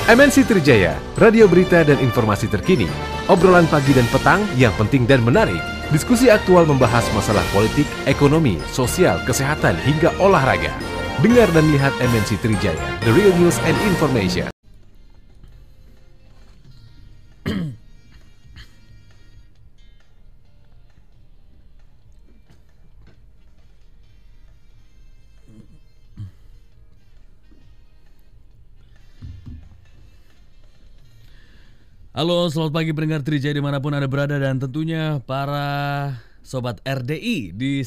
MNC Trijaya, radio berita dan informasi terkini, obrolan pagi dan petang yang penting dan menarik, diskusi aktual membahas masalah politik, ekonomi, sosial, kesehatan, hingga olahraga. Dengar dan lihat MNC Trijaya, the real news and information. Halo, selamat pagi pendengar Trijaya dimanapun Anda berada dan tentunya para Sobat RDI di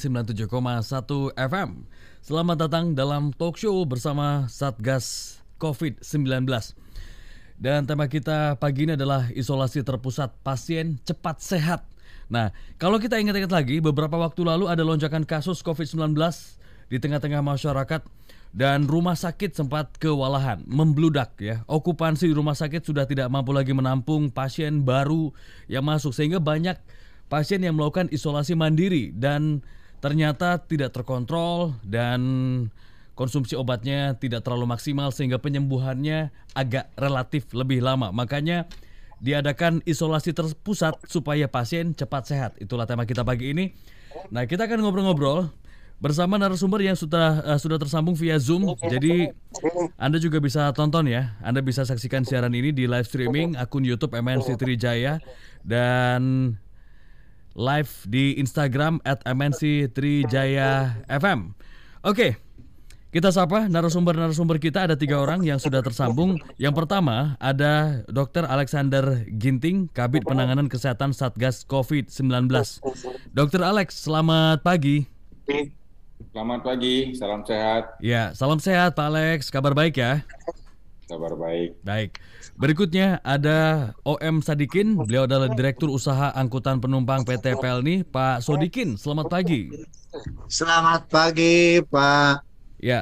97,1 FM. Selamat datang dalam talk show bersama Satgas COVID-19. Dan tema kita pagi ini adalah isolasi terpusat pasien cepat sehat. Nah, kalau kita ingat-ingat lagi, beberapa waktu lalu ada lonjakan kasus COVID-19 di tengah-tengah masyarakat. Dan rumah sakit sempat kewalahan, membludak ya. Okupansi di rumah sakit sudah tidak mampu lagi menampung pasien baru yang masuk. Sehingga banyak pasien yang melakukan isolasi mandiri dan ternyata tidak terkontrol dan konsumsi obatnya tidak terlalu maksimal sehingga penyembuhannya agak relatif lebih lama. Makanya diadakan isolasi terpusat supaya pasien cepat sehat. Itulah tema kita pagi ini. Nah, kita akan ngobrol-ngobrol bersama narasumber yang sudah tersambung via Zoom. Jadi Anda juga bisa tonton ya. Anda bisa saksikan siaran ini di live streaming akun YouTube MNC Trijaya dan live di Instagram @MNC Trijaya FM. Oke, kita sapa narasumber kita. Ada 3 orang yang sudah tersambung. Yang pertama ada Dr. Alexander Ginting, Kabid Penanganan Kesehatan Satgas COVID-19. Dr. Alex, selamat pagi. Selamat pagi, salam sehat. Ya, salam sehat Pak Alex, kabar baik ya? Kabar baik. Baik. Berikutnya ada OM Sadikin, beliau adalah Direktur Usaha Angkutan Penumpang PT Pelni. Pak Sodikin, selamat pagi. Selamat pagi Pak. Ya.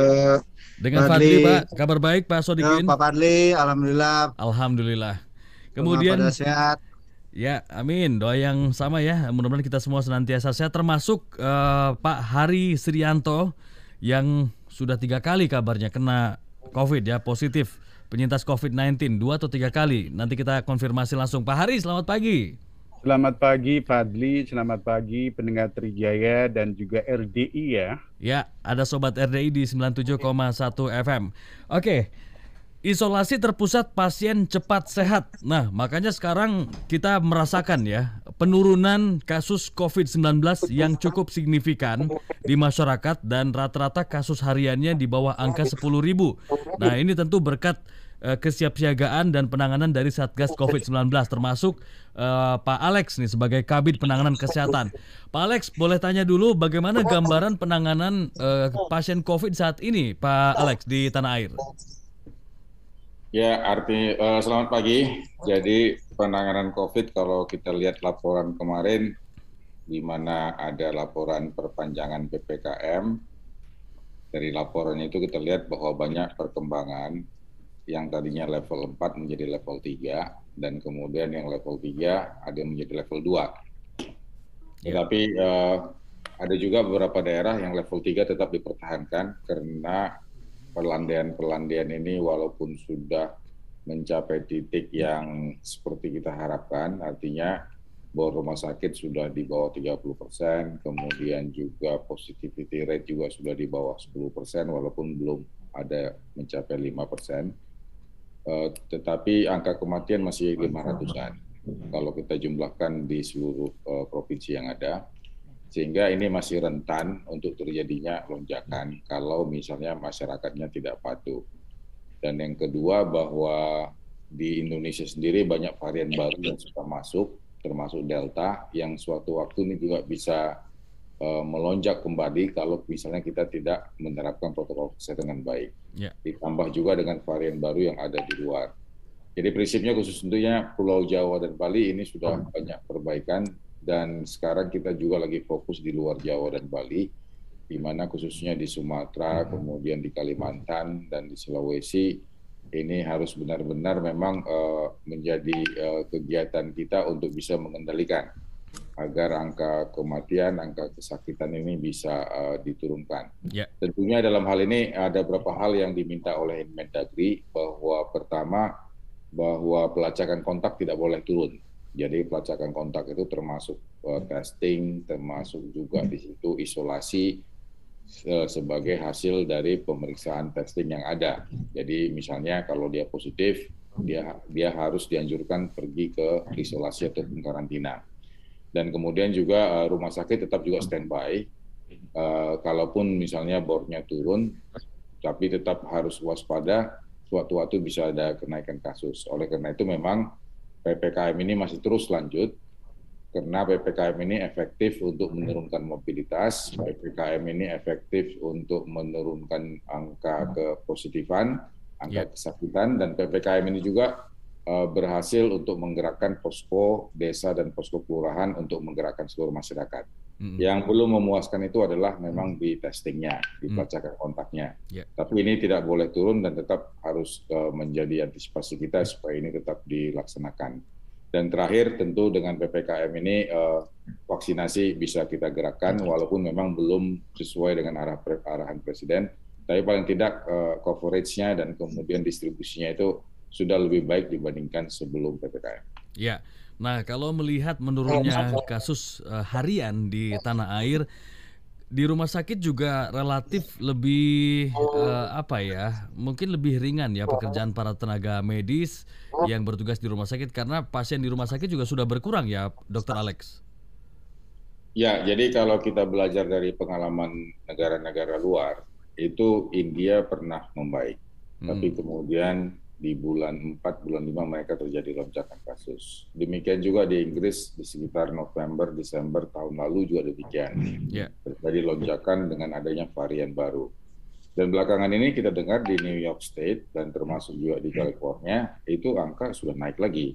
Dengan Fadli Pak, kabar baik Pak Sodikin? Pak Fadli, alhamdulillah. Alhamdulillah. Kemudian pada sehat. Ya, amin. Doa yang sama ya. Mudah-mudahan kita semua senantiasa sehat. Termasuk Pak Hari Srianto yang sudah 3 kali kabarnya kena COVID ya, positif penyintas COVID-19 2 atau 3 kali. Nanti kita konfirmasi langsung. Pak Hari, selamat pagi. Selamat pagi Fadli, selamat pagi pendengar Trijaya dan juga RDI ya. Ya, ada Sobat RDI di 97,1 FM. Oke. Isolasi terpusat pasien cepat sehat. Nah, makanya sekarang kita merasakan ya penurunan kasus COVID-19 yang cukup signifikan di masyarakat dan rata-rata kasus hariannya di bawah angka 10.000. Nah, ini tentu berkat kesiapsiagaan dan penanganan dari Satgas COVID-19 termasuk Pak Alex nih sebagai Kabid Penanganan Kesehatan. Pak Alex, boleh tanya dulu bagaimana gambaran penanganan pasien COVID saat ini Pak Alex di tanah air? Ya, selamat pagi. Jadi penanganan COVID kalau kita lihat laporan kemarin di mana ada laporan perpanjangan PPKM, dari laporan itu kita lihat bahwa banyak perkembangan yang tadinya level 4 menjadi level 3 dan kemudian yang level 3 ada yang menjadi level 2. Tetapi ada juga beberapa daerah yang level 3 tetap dipertahankan karena pelandaian ini walaupun sudah mencapai titik yang seperti kita harapkan, artinya bahwa rumah sakit sudah di bawah 30%, kemudian juga positivity rate juga sudah di bawah 10%, walaupun belum ada mencapai 5%, tetapi angka kematian masih 500-an kalau kita jumlahkan di seluruh provinsi yang ada. Sehingga ini masih rentan untuk terjadinya lonjakan kalau misalnya masyarakatnya tidak patuh. Dan yang kedua bahwa di Indonesia sendiri banyak varian baru yang sudah masuk, termasuk Delta, yang suatu waktu ini juga bisa melonjak kembali kalau misalnya kita tidak menerapkan protokol kesehatan dengan baik. Ditambah juga dengan varian baru yang ada di luar. Jadi prinsipnya khusus tentunya Pulau Jawa dan Bali ini sudah banyak perbaikan. Dan sekarang kita juga lagi fokus di luar Jawa dan Bali, di mana khususnya di Sumatera, kemudian di Kalimantan dan di Sulawesi, ini harus benar-benar memang menjadi kegiatan kita untuk bisa mengendalikan agar angka kematian, angka kesakitan ini bisa diturunkan. Ya. Tentunya dalam hal ini ada beberapa hal yang diminta oleh Mendagri, bahwa pertama bahwa pelacakan kontak tidak boleh turun. Jadi pelacakan kontak itu termasuk testing, termasuk juga di situ isolasi sebagai hasil dari pemeriksaan testing yang ada. Jadi misalnya kalau dia positif, dia harus dianjurkan pergi ke isolasi atau karantina. Dan kemudian juga rumah sakit tetap juga standby. Kalaupun misalnya bornya turun, tapi tetap harus waspada, suatu-waktu bisa ada kenaikan kasus. Oleh karena itu memang PPKM ini masih terus lanjut, karena PPKM ini efektif untuk menurunkan mobilitas, PPKM ini efektif untuk menurunkan angka kepositifan, angka kesakitan, dan PPKM ini juga berhasil untuk menggerakkan posko desa dan posko kelurahan untuk menggerakkan seluruh masyarakat. Yang belum memuaskan itu adalah memang di testingnya, di pelacakan kontaknya. Tapi ini tidak boleh turun dan tetap harus menjadi antisipasi kita supaya ini tetap dilaksanakan. Dan terakhir tentu dengan PPKM ini vaksinasi bisa kita gerakkan walaupun memang belum sesuai dengan arahan Presiden. Tapi paling tidak coverage-nya dan kemudian distribusinya itu sudah lebih baik dibandingkan sebelum PPKM. Ya, nah kalau melihat menurunnya kasus harian di tanah air, di rumah sakit juga relatif lebih mungkin lebih ringan ya pekerjaan para tenaga medis yang bertugas di rumah sakit karena pasien di rumah sakit juga sudah berkurang ya, Dr. Alex. Ya, jadi kalau kita belajar dari pengalaman negara-negara luar, itu India pernah membaik, tapi kemudian di bulan 4, bulan 5 mereka terjadi lonjakan kasus. Demikian juga di Inggris di sekitar November, Desember tahun lalu juga demikian. Terjadi lonjakan dengan adanya varian baru. Dan belakangan ini kita dengar di New York State dan termasuk juga di California, itu angka sudah naik lagi.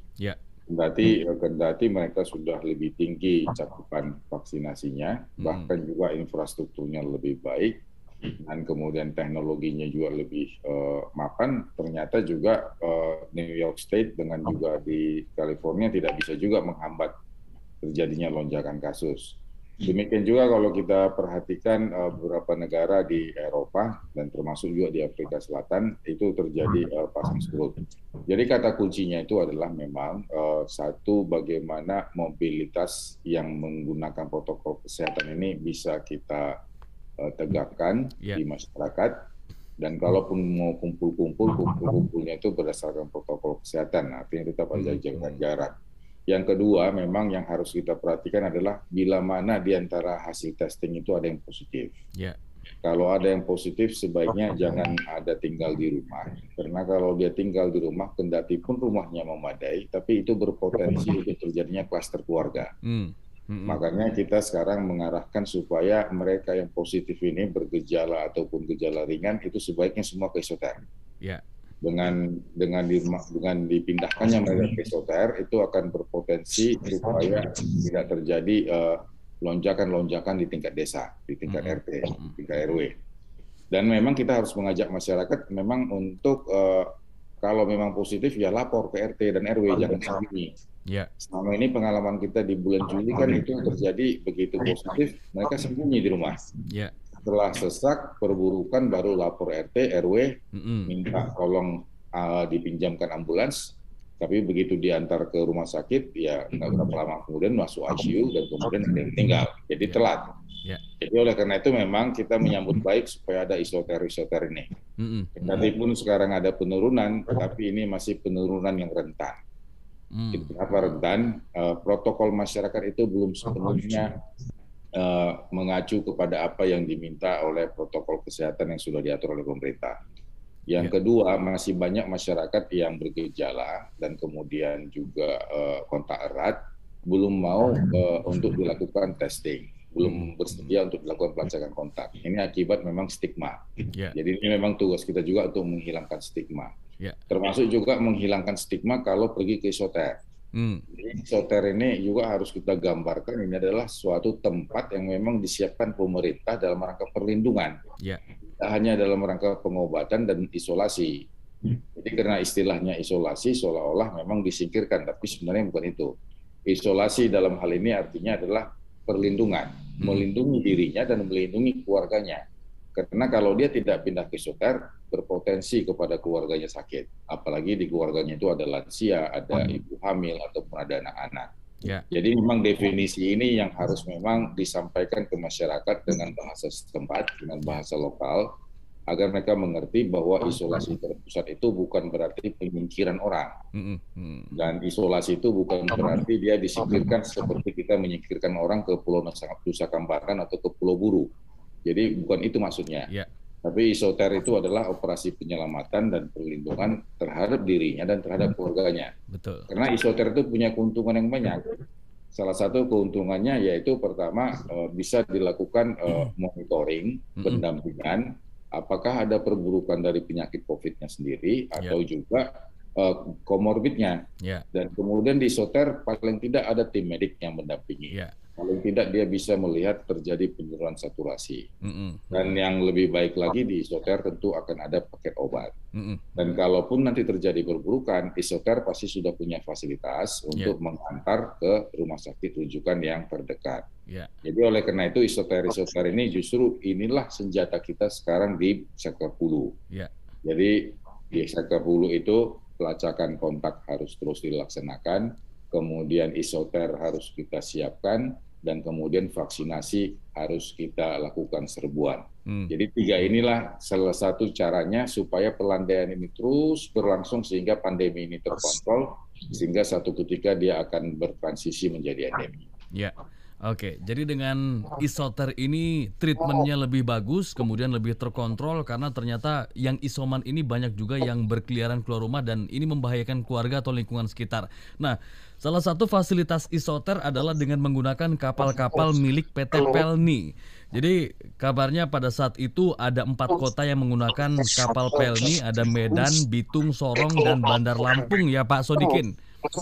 Kendati mereka sudah lebih tinggi cakupan vaksinasinya, bahkan juga infrastrukturnya lebih baik, dan kemudian teknologinya juga lebih mapan, ternyata juga New York State dengan juga di California tidak bisa juga menghambat terjadinya lonjakan kasus. Demikian juga kalau kita perhatikan beberapa negara di Eropa dan termasuk juga di Afrika Selatan, itu terjadi pasang surut. Jadi kata kuncinya itu adalah memang satu, bagaimana mobilitas yang menggunakan protokol kesehatan ini bisa kita tegakkan di masyarakat, dan kalaupun mau kumpulnya itu berdasarkan protokol kesehatan, artinya tetap ada jaga jarak. Yang kedua, memang yang harus kita perhatikan adalah bila mana di antara hasil testing itu ada yang positif. Kalau ada yang positif, sebaiknya jangan ada tinggal di rumah, karena kalau dia tinggal di rumah, kendati pun rumahnya memadai, tapi itu berpotensi untuk terjadinya klaster keluarga. Makanya kita sekarang mengarahkan supaya mereka yang positif ini bergejala ataupun gejala ringan itu sebaiknya semua ke isoter. Dengan dipindahkannya mereka ke isoter itu akan berpotensi supaya tidak terjadi lonjakan-lonjakan di tingkat desa, di tingkat RT, tingkat RW. Dan memang kita harus mengajak masyarakat memang untuk kalau memang positif ya lapor ke RT dan RW, jangan sembunyi. Selama ini pengalaman kita di bulan Juli kan itu terjadi, begitu positif mereka sembunyi di rumah. Setelah sesak, perburukan, baru lapor RT, RW, minta tolong dipinjamkan ambulans. Tapi begitu diantar ke rumah sakit, ya nggak berapa lama kemudian masuk ICU dan kemudian ada yang meninggal. Jadi telat. Jadi oleh karena itu memang kita menyambut baik supaya ada isoter-isoter ini. Kendati pun sekarang ada penurunan, tapi ini masih penurunan yang rentan. Kenapa rentan? Protokol masyarakat itu belum sepenuhnya mengacu kepada apa yang diminta oleh protokol kesehatan yang sudah diatur oleh pemerintah. Yang kedua, masih banyak masyarakat yang bergejala dan kemudian juga kontak erat belum mau untuk dilakukan testing, belum bersedia untuk dilakukan pelacakan kontak. Ini akibat memang stigma. Jadi ini memang tugas kita juga untuk menghilangkan stigma. Termasuk juga menghilangkan stigma kalau pergi ke isoter. Isoter ini juga harus kita gambarkan, ini adalah suatu tempat yang memang disiapkan pemerintah dalam rangka perlindungan. Tidak hanya dalam rangka pengobatan dan isolasi. Jadi karena istilahnya isolasi seolah-olah memang disingkirkan, tapi sebenarnya bukan itu. Isolasi dalam hal ini artinya adalah perlindungan, melindungi dirinya dan melindungi keluarganya. Karena kalau dia tidak pindah ke isoter, berpotensi kepada keluarganya sakit. Apalagi di keluarganya itu ada lansia, ada ibu hamil, ataupun ada anak-anak. Ya. Jadi memang definisi ini yang harus memang disampaikan ke masyarakat dengan bahasa setempat, dengan bahasa lokal, agar mereka mengerti bahwa isolasi terpusat itu bukan berarti penyingkiran orang. Dan isolasi itu bukan berarti dia disingkirkan seperti kita menyingkirkan orang ke Pulau Nusa Kambangan atau ke Pulau Buru. Jadi bukan itu maksudnya. Ya. Tapi isoter itu adalah operasi penyelamatan dan perlindungan terhadap dirinya dan terhadap keluarganya. Betul. Karena isoter itu punya keuntungan yang banyak. Salah satu keuntungannya yaitu pertama bisa dilakukan monitoring, pendampingan, apakah ada perburukan dari penyakit COVID-nya sendiri atau juga komorbidnya. Dan kemudian di isoter paling tidak ada tim medik yang mendampingi. Paling tidak dia bisa melihat terjadi penurunan saturasi. Dan yang lebih baik lagi di isoter tentu akan ada paket obat. Dan kalaupun nanti terjadi perburukan, isoter pasti sudah punya fasilitas untuk mengantar ke rumah sakit rujukan yang terdekat. Jadi oleh karena itu isoter ini justru inilah senjata kita sekarang di sektor hulu. Jadi di sektor hulu itu pelacakan kontak harus terus dilaksanakan, kemudian isoter harus kita siapkan, dan kemudian vaksinasi harus kita lakukan serbuan. Jadi 3 inilah salah satu caranya supaya pelandaian ini terus berlangsung sehingga pandemi ini terkontrol, sehingga satu ketika dia akan bertransisi menjadi endemi. Oke, jadi dengan isoter ini treatmentnya lebih bagus, kemudian lebih terkontrol karena ternyata yang isoman ini banyak juga yang berkeliaran keluar rumah dan ini membahayakan keluarga atau lingkungan sekitar. Nah, salah satu fasilitas isoter adalah dengan menggunakan kapal-kapal milik PT Pelni. Jadi kabarnya pada saat itu ada 4 kota yang menggunakan kapal Pelni, ada Medan, Bitung, Sorong, dan Bandar Lampung ya Pak Sodikin.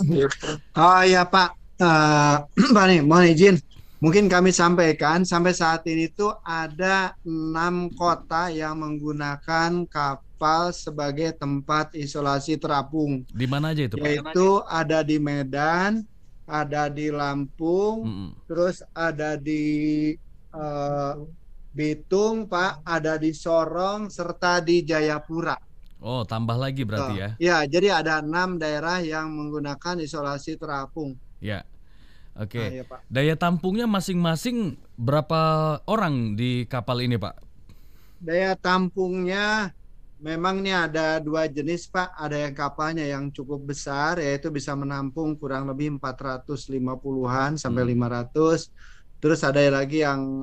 Oh ya Pak, Pak nih mohon izin. Mungkin kami sampaikan sampai saat ini tuh ada 6 kota yang menggunakan kapal sebagai tempat isolasi terapung. Di mana aja itu Pak? Yaitu ada di Medan, ada di Lampung, terus ada di Bitung Pak, ada di Sorong, serta di Jayapura. Oh, tambah lagi berarti ya? Ya, jadi ada 6 daerah yang menggunakan isolasi terapung. Ya. Oke, Nah, ya, Pak. Daya tampungnya masing-masing berapa orang di kapal ini, Pak? Daya tampungnya memang nih ada 2 jenis, Pak. Ada yang kapalnya yang cukup besar, yaitu bisa menampung kurang lebih 450-an sampai 500. Terus ada lagi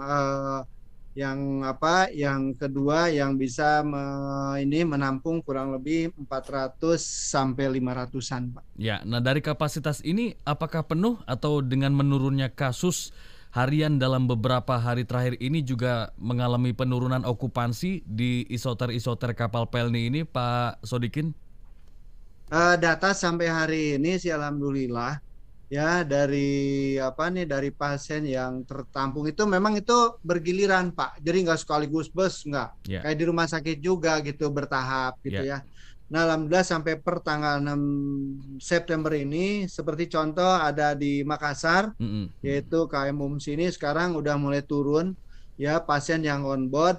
yang kedua yang bisa menampung kurang lebih 400 sampai 500-an, Pak. Ya, nah dari kapasitas ini apakah penuh atau dengan menurunnya kasus harian dalam beberapa hari terakhir ini juga mengalami penurunan okupansi di isoter kapal Pelni ini, Pak Sodikin? Data sampai hari ini sih alhamdulillah ya dari pasien yang tertampung itu memang itu bergiliran Pak, jadi nggak sekaligus nggak kayak di rumah sakit juga gitu, bertahap gitu ya. Nah alhamdulillah sampai per tanggal 6 September ini seperti contoh ada di Makassar yaitu KM UMS ini sekarang udah mulai turun ya pasien yang on board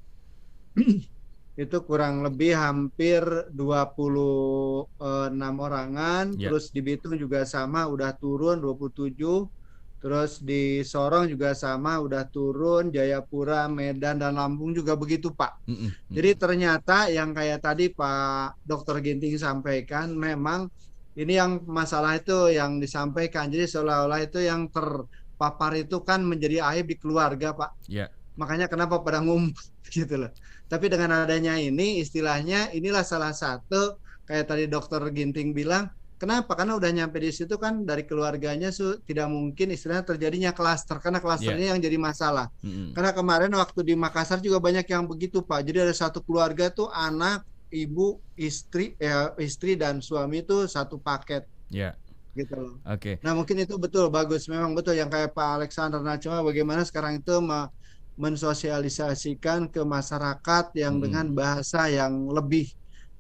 itu kurang lebih hampir 26 orangan. Terus di Bitung juga sama udah turun 27. Terus di Sorong juga sama udah turun, Jayapura, Medan, dan Lampung juga begitu Pak. Jadi ternyata yang kayak tadi Pak Dr. Ginting sampaikan, memang ini yang masalah itu yang disampaikan. Jadi seolah-olah itu yang terpapar itu kan menjadi aib di keluarga Pak. Makanya kenapa pada ngumpul gitu loh. Tapi dengan adanya ini istilahnya inilah salah satu kayak tadi Dokter Ginting bilang, kenapa? Karena udah nyampe di situ kan dari keluarganya tidak mungkin istilahnya terjadinya klaster, karena klasternya yang jadi masalah. Karena kemarin waktu di Makassar juga banyak yang begitu Pak. Jadi ada satu keluarga tuh anak, ibu, istri dan suami itu satu paket. Gitu loh. Nah mungkin itu betul bagus, memang betul yang kayak Pak Alexander. Nah cuma bagaimana sekarang itu mensosialisasikan ke masyarakat yang dengan bahasa yang lebih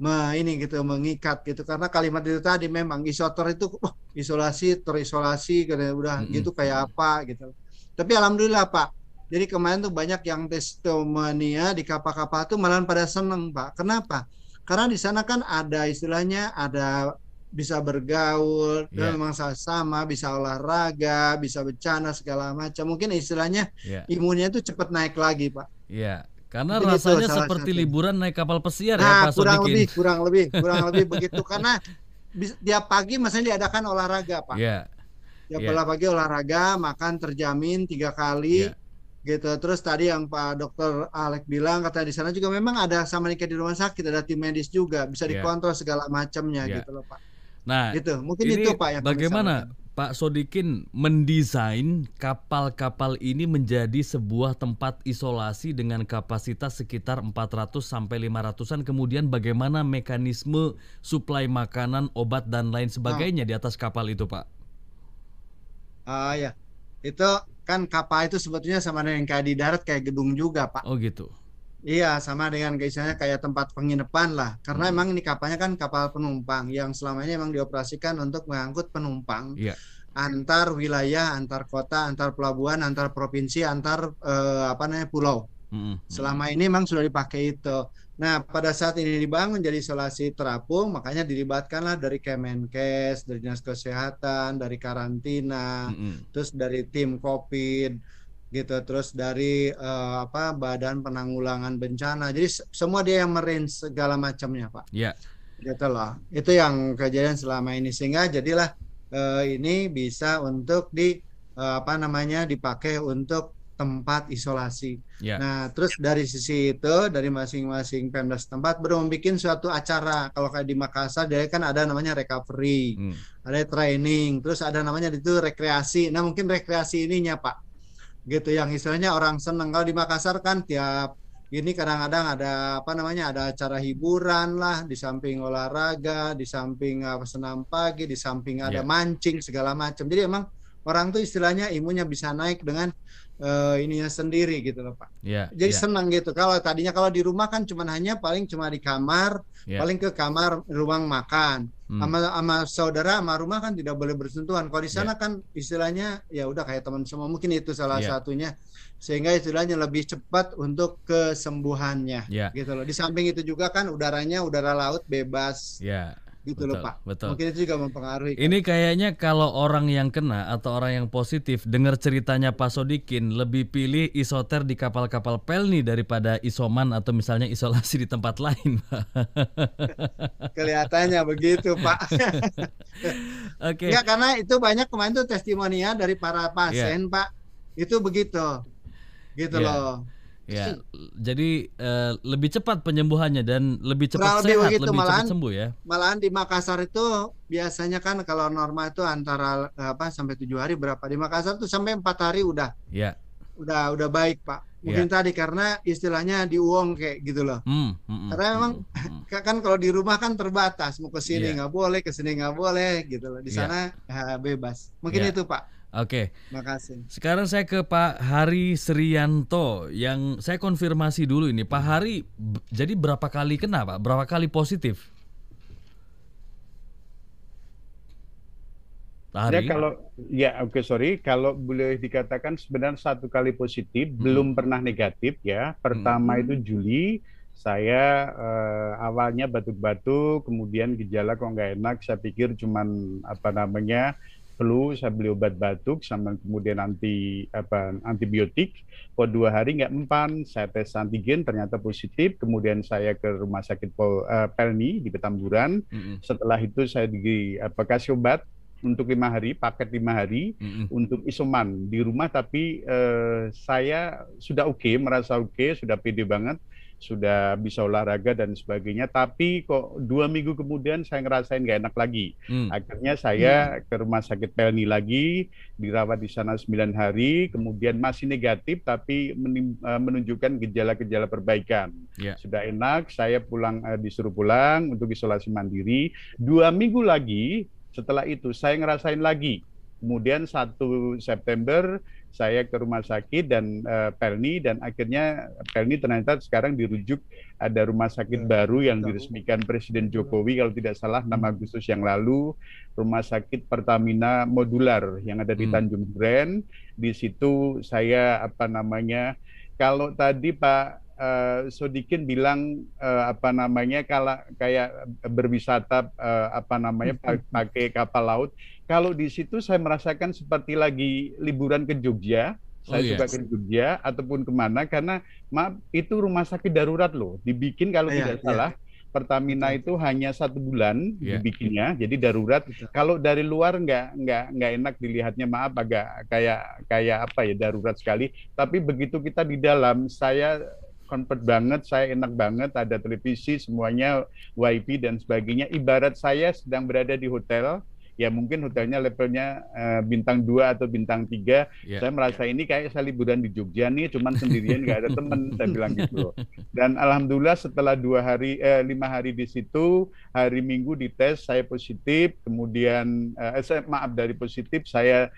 ini gitu mengikat gitu, karena kalimat itu tadi memang isoter itu isolasi terisolasi karena udah gitu kayak apa gitu. Tapi alhamdulillah Pak, jadi kemarin tuh banyak yang testimonia di kapal-kapal tuh malah pada seneng Pak. Kenapa? Karena di sana kan ada istilahnya ada bisa bergaul, dan memang sama, bisa olahraga, bisa bercanda segala macam. Mungkin istilahnya imunnya itu cepat naik lagi Pak. Iya. Karena mungkin rasanya seperti liburan naik kapal pesiar ya Pak Sodikin. Kurang lebih begitu, karena tiap pagi misalnya diadakan olahraga Pak. Tiap pagi olahraga, makan terjamin 3 kali. Gitu. Terus tadi yang Pak Dokter Alek bilang, kata di sana juga memang ada sama nikah di rumah sakit, ada tim medis juga, bisa dikontrol segala macamnya gitu loh Pak. Nah, gitu. Mungkin itu Pak yang bagaimana Pak Sodikin mendesain kapal-kapal ini menjadi sebuah tempat isolasi dengan kapasitas sekitar 400 sampai 500-an, kemudian bagaimana mekanisme suplai makanan, obat dan lain sebagainya di atas kapal itu Pak? Ya, itu kan kapal itu sebetulnya sama dengan kayak di darat, kayak gedung juga Pak. Oh gitu. Iya, sama dengan misalnya kayak tempat penginapan lah. Karena emang ini kapalnya kan kapal penumpang yang selama ini emang dioperasikan untuk mengangkut penumpang antar wilayah, antar kota, antar pelabuhan, antar provinsi, antar pulau. Selama ini emang sudah dipakai itu. Nah, pada saat ini dibangun jadi isolasi terapung, makanya dilibatkanlah dari Kemenkes, dari Dinas Kesehatan, dari karantina, terus dari tim COVID gitu, terus dari Badan Penanggulangan Bencana. Jadi semua dia yang merange segala macamnya Pak. Gitu loh. Itu yang kejadian selama ini, sehingga jadilah ini bisa untuk dipakai untuk tempat isolasi. Nah, terus dari sisi itu, dari masing-masing Pemda setempat baru membuat suatu acara. Kalau kayak di Makassar, dia kan ada namanya recovery, ada training, terus ada namanya itu rekreasi. Nah, mungkin rekreasi ininya Pak, gitu yang istilahnya orang seneng. Kalau di Makassar kan tiap ini kadang-kadang ada ada acara hiburan lah, di samping olahraga, di samping senam pagi, di samping ada mancing segala macam. Jadi emang orang tuh istilahnya imunnya bisa naik dengan ininya sendiri gitu loh Pak. Jadi senang gitu. Kalau tadinya kalau di rumah kan paling cuma di kamar, paling ke kamar ruang makan. Sama saudara sama rumah kan tidak boleh bersentuhan. Kalau di sana kan istilahnya ya udah kayak teman semua. Mungkin itu salah satunya, sehingga istilahnya lebih cepat untuk kesembuhannya gitu loh. Di samping itu juga kan udaranya udara laut bebas. Gitu loh Pak. Mungkin itu juga mempengaruhi. Ini kayaknya kalau orang yang kena atau orang yang positif dengar ceritanya Pak Sodikin lebih pilih isoter di kapal-kapal Pelni daripada isoman atau misalnya isolasi di tempat lain Pak. Kelihatannya begitu Pak. Ya, karena itu banyak kemarin tuh testimonial dari para pasien Pak. Itu begitu. Gitu loh. Jadi lebih cepat penyembuhannya dan lebih cepat sehat, lebih cepat sembuh ya. Malahan di Makassar itu biasanya kan kalau normal itu antara sampai 7 hari berapa. Di Makassar tuh sampai 4 hari udah baik Pak. Mungkin tadi karena istilahnya diuang kayak gitu loh. Karena memang kan kalau di rumah kan terbatas, mau ke sini nggak boleh, ke sini nggak boleh gitu loh. Di sana bebas. Mungkin itu Pak. Oke. Makasih. Sekarang saya ke Pak Hari Srianto yang saya konfirmasi dulu ini. Pak Hari, jadi berapa kali kena Pak? Berapa kali positif? Pak Hari? Kalau boleh dikatakan sebenarnya 1 kali positif, belum pernah negatif ya. Pertama itu Juli, saya awalnya batuk-batuk, kemudian gejala kok nggak enak, saya pikir cuman flu, saya beli obat batuk sama kemudian antibiotik. Kok 2 hari nggak mempan, saya tes antigen ternyata positif. Kemudian saya ke rumah sakit Pelni di Petamburan. Setelah itu saya dikasih obat untuk 5 hari, paket 5 hari untuk isoman di rumah. Tapi saya sudah merasa oke, sudah pede banget, sudah bisa olahraga dan sebagainya, tapi kok 2 minggu kemudian saya ngerasain nggak enak lagi. Akhirnya saya ke rumah sakit Pelni lagi, dirawat di sana 9 hari, kemudian masih negatif, tapi menunjukkan gejala-gejala perbaikan. Sudah enak, saya disuruh pulang untuk isolasi mandiri. 2 minggu lagi, setelah itu saya ngerasain lagi. Kemudian 1 September saya ke rumah sakit dan Pelni, dan akhirnya Pelni ternyata sekarang dirujuk, ada rumah sakit baru yang diresmikan Presiden Jokowi kalau tidak salah 6 Agustus yang lalu, rumah sakit Pertamina Modular yang ada di Tanjung Duren. Di situ saya kalau tadi Pak Sodikin bilang kalau kayak berwisata pakai kapal laut. Kalau di situ saya merasakan seperti lagi liburan ke Jogja. Saya suka ke Jogja ataupun kemana, karena maaf, itu rumah sakit darurat loh. Dibikin kalau tidak salah Pertamina itu hanya 1 bulan dibikinnya, jadi darurat. Kalau dari luar nggak enak dilihatnya, maaf, agak kayak darurat sekali. Tapi begitu kita di dalam, saya comfort banget, saya enak banget, ada televisi, semuanya WiFi dan sebagainya. Ibarat saya sedang berada di hotel. Ya mungkin hotelnya levelnya bintang 2 atau bintang 3. Saya merasa ini kayak saya liburan di Jogja nih, cuman sendirian, nggak ada teman, saya bilang gitu loh. Dan alhamdulillah setelah 5 hari di situ, hari Minggu dites saya positif, kemudian dari positif saya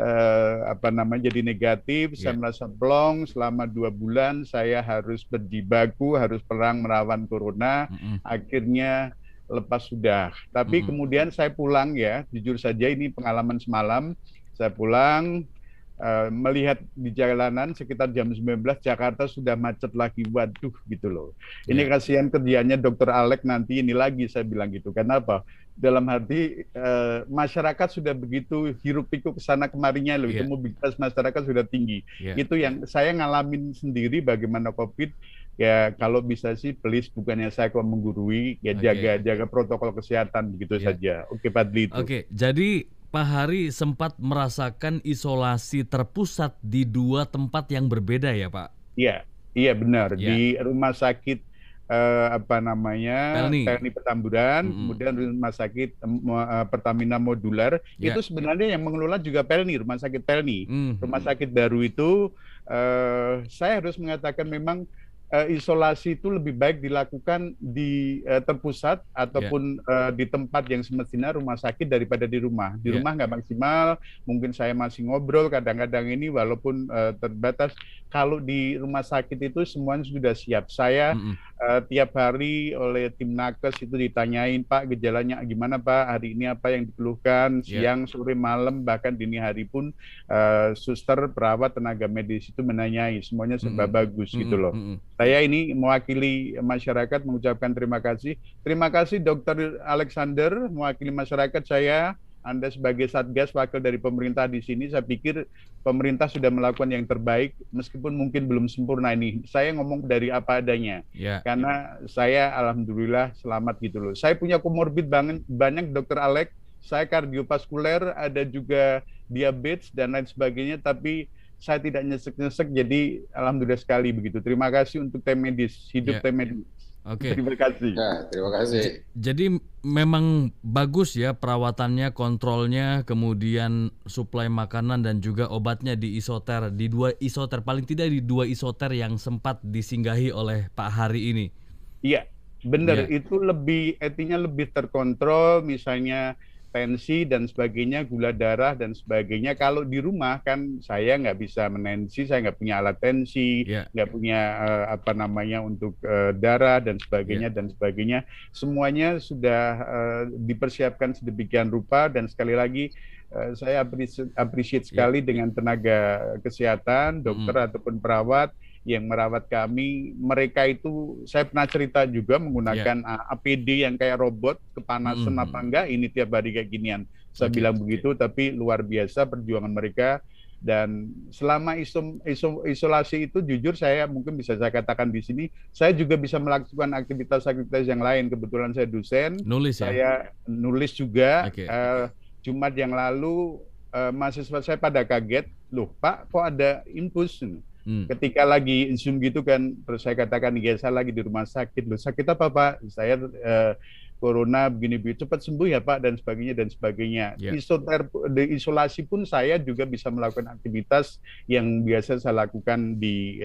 jadi negatif. Saya merasa plong selama 2 bulan, saya harus berjibaku, harus perang melawan corona. Akhirnya lepas sudah. Tapi kemudian saya pulang, ya jujur saja ini pengalaman semalam. Saya pulang, melihat di jalanan sekitar jam 19 Jakarta sudah macet lagi. Waduh, gitu loh. Ini kasihan kerjanya Dr. Alex nanti ini lagi, saya bilang gitu. Kenapa? Dalam arti masyarakat sudah begitu hiruk pikuk kesana kemarinya loh. Itu mobilitas masyarakat sudah tinggi. Itu yang saya ngalamin sendiri bagaimana COVID. Ya kalau bisa sih please, bukannya saya kok menggurui, ya jaga protokol kesehatan begitu saja. Oke Fadli itu. Oke, jadi Pak Hari sempat merasakan isolasi terpusat di 2 tempat yang berbeda ya Pak? Iya benar. Di rumah sakit Pelni Petamburan, kemudian rumah sakit Pertamina Modular. Itu sebenarnya yang mengelola juga Pelni, rumah sakit Pelni. Rumah sakit baru itu saya harus mengatakan memang isolasi itu lebih baik dilakukan di terpusat ataupun di tempat yang semestinya rumah sakit daripada di rumah. Di rumah nggak maksimal, mungkin saya masih ngobrol kadang-kadang ini walaupun terbatas. Kalau di rumah sakit itu semuanya sudah siap. Saya tiap hari oleh tim nakes itu ditanyain, Pak gejalanya gimana Pak, hari ini apa yang dikeluhkan, siang, sore, malam, bahkan dini hari pun suster, perawat, tenaga medis itu menanyai, semuanya serba bagus gitu loh. Saya ini mewakili masyarakat mengucapkan terima kasih. Terima kasih Dr. Alexander, mewakili masyarakat saya. Anda sebagai Satgas, wakil dari pemerintah di sini, saya pikir pemerintah sudah melakukan yang terbaik, meskipun mungkin belum sempurna ini. Saya ngomong dari apa adanya, karena saya alhamdulillah selamat gitu loh. Saya punya komorbid banyak Dr. Alex, saya kardiovaskuler, ada juga diabetes dan lain sebagainya, tapi saya tidak nyesek-nyesek, jadi alhamdulillah sekali begitu. Terima kasih untuk tim medis, hidup tim medis. Oke. Terima kasih. Terima kasih. Jadi memang bagus ya perawatannya, kontrolnya, kemudian suplai makanan dan juga obatnya di isoter, di 2 isoter, paling tidak di 2 isoter yang sempat disinggahi oleh Pak Hari ini. Iya, benar. Itu etinya lebih terkontrol, misalnya tensi dan sebagainya, gula darah dan sebagainya. Kalau di rumah kan saya nggak bisa menensi, saya nggak punya alat tensi, nggak punya untuk darah dan sebagainya dan sebagainya. Semuanya sudah dipersiapkan sedemikian rupa, dan sekali lagi saya appreciate sekali dengan tenaga kesehatan, dokter ataupun perawat yang merawat kami. Mereka itu, saya pernah cerita juga menggunakan APD yang kayak robot, kepanasan apa enggak, ini tiap hari kayak ginian. Saya bilang begitu, tapi luar biasa perjuangan mereka. Dan selama isolasi itu, jujur saya mungkin bisa saya katakan di sini, saya juga bisa melakukan aktivitas-aktivitas yang lain. Kebetulan saya dosen, saya nulis juga. Jumat yang lalu mahasiswa saya pada kaget, loh Pak kok ada infus? Ketika lagi Zoom gitu kan, terus saya katakan, ya saya lagi di rumah sakit. Loh sakit apa Pak? Saya corona begini-begini, cepat sembuh ya Pak, dan sebagainya. Di isolasi pun saya juga bisa melakukan aktivitas yang biasa saya lakukan di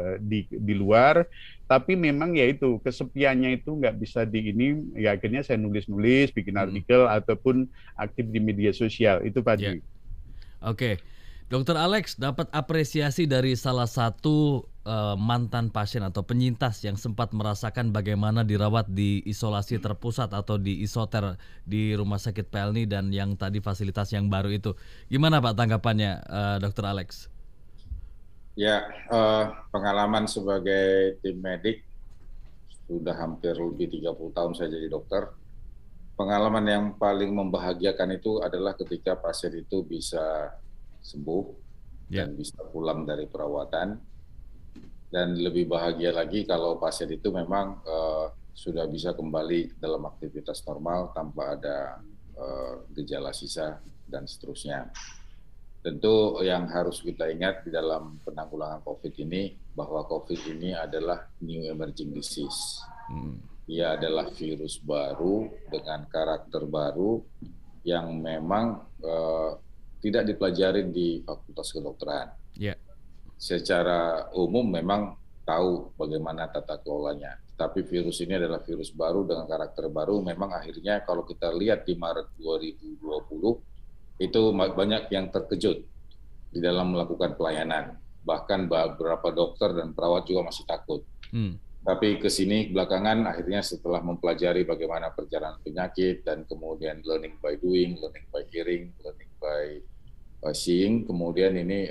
luar. Tapi memang ya itu, kesepiannya itu nggak bisa ya akhirnya saya nulis-nulis, bikin artikel, ataupun aktif di media sosial. Itu Pak Ji. Oke. Dokter Alex dapat apresiasi dari salah satu mantan pasien atau penyintas yang sempat merasakan bagaimana dirawat di isolasi terpusat atau di isoter di Rumah Sakit Pelni dan yang tadi fasilitas yang baru itu. Gimana Pak tanggapannya Dokter Alex? Ya, pengalaman sebagai tim medik sudah hampir lebih 30 tahun saya jadi dokter. Pengalaman yang paling membahagiakan itu adalah ketika pasien itu bisa sembuh dan bisa pulang dari perawatan. Dan lebih bahagia lagi kalau pasien itu memang sudah bisa kembali dalam aktivitas normal tanpa ada gejala sisa dan seterusnya. Tentu yang harus kita ingat di dalam penanggulangan COVID ini, bahwa COVID ini adalah new emerging disease. Ia adalah virus baru dengan karakter baru yang memang tidak dipelajari di Fakultas Kedokteran. Secara umum memang tahu bagaimana tata kelolanya. Tapi virus ini adalah virus baru dengan karakter baru. Memang akhirnya kalau kita lihat di Maret 2020, itu banyak yang terkejut di dalam melakukan pelayanan. Bahkan beberapa dokter dan perawat juga masih takut. Tapi kesini belakangan akhirnya setelah mempelajari bagaimana perjalanan penyakit dan kemudian learning by doing, learning by hearing, learning by seeing, kemudian ini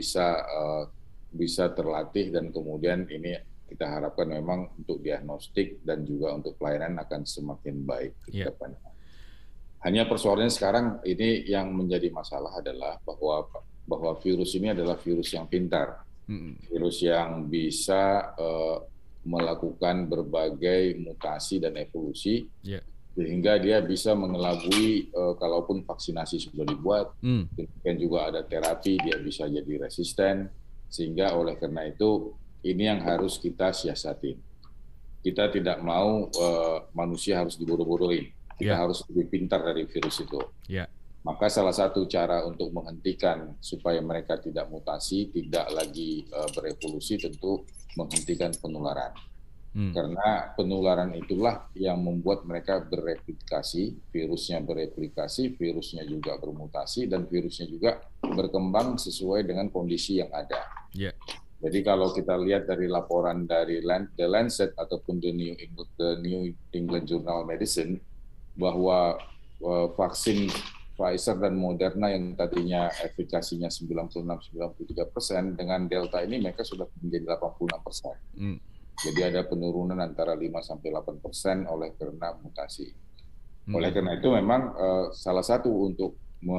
bisa terlatih dan kemudian ini kita harapkan memang untuk diagnostik dan juga untuk pelayanan akan semakin baik ke depannya. Hanya persoalannya sekarang ini yang menjadi masalah adalah bahwa virus ini adalah virus yang pintar, virus yang bisa melakukan berbagai mutasi dan evolusi, sehingga dia bisa mengelabui kalaupun vaksinasi sudah dibuat, dan juga ada terapi, dia bisa jadi resisten. Sehingga oleh karena itu, ini yang harus kita siasatin. Kita tidak mau manusia harus dibodoh-bodohin. Kita harus lebih pintar dari virus itu. Maka salah satu cara untuk menghentikan supaya mereka tidak mutasi, tidak lagi berevolusi, tentu menghentikan penularan. Karena penularan itulah yang membuat mereka bereplikasi, virusnya bereplikasi, virusnya juga bermutasi, dan virusnya juga berkembang sesuai dengan kondisi yang ada. Jadi kalau kita lihat dari laporan dari The Lancet ataupun The New England Journal of Medicine, bahwa vaksin Pfizer dan Moderna yang tadinya efikasinya 96-93%, dengan Delta ini mereka sudah menjadi 86%. Jadi ada penurunan antara 5-8% oleh karena mutasi. Oleh karena itu memang salah satu untuk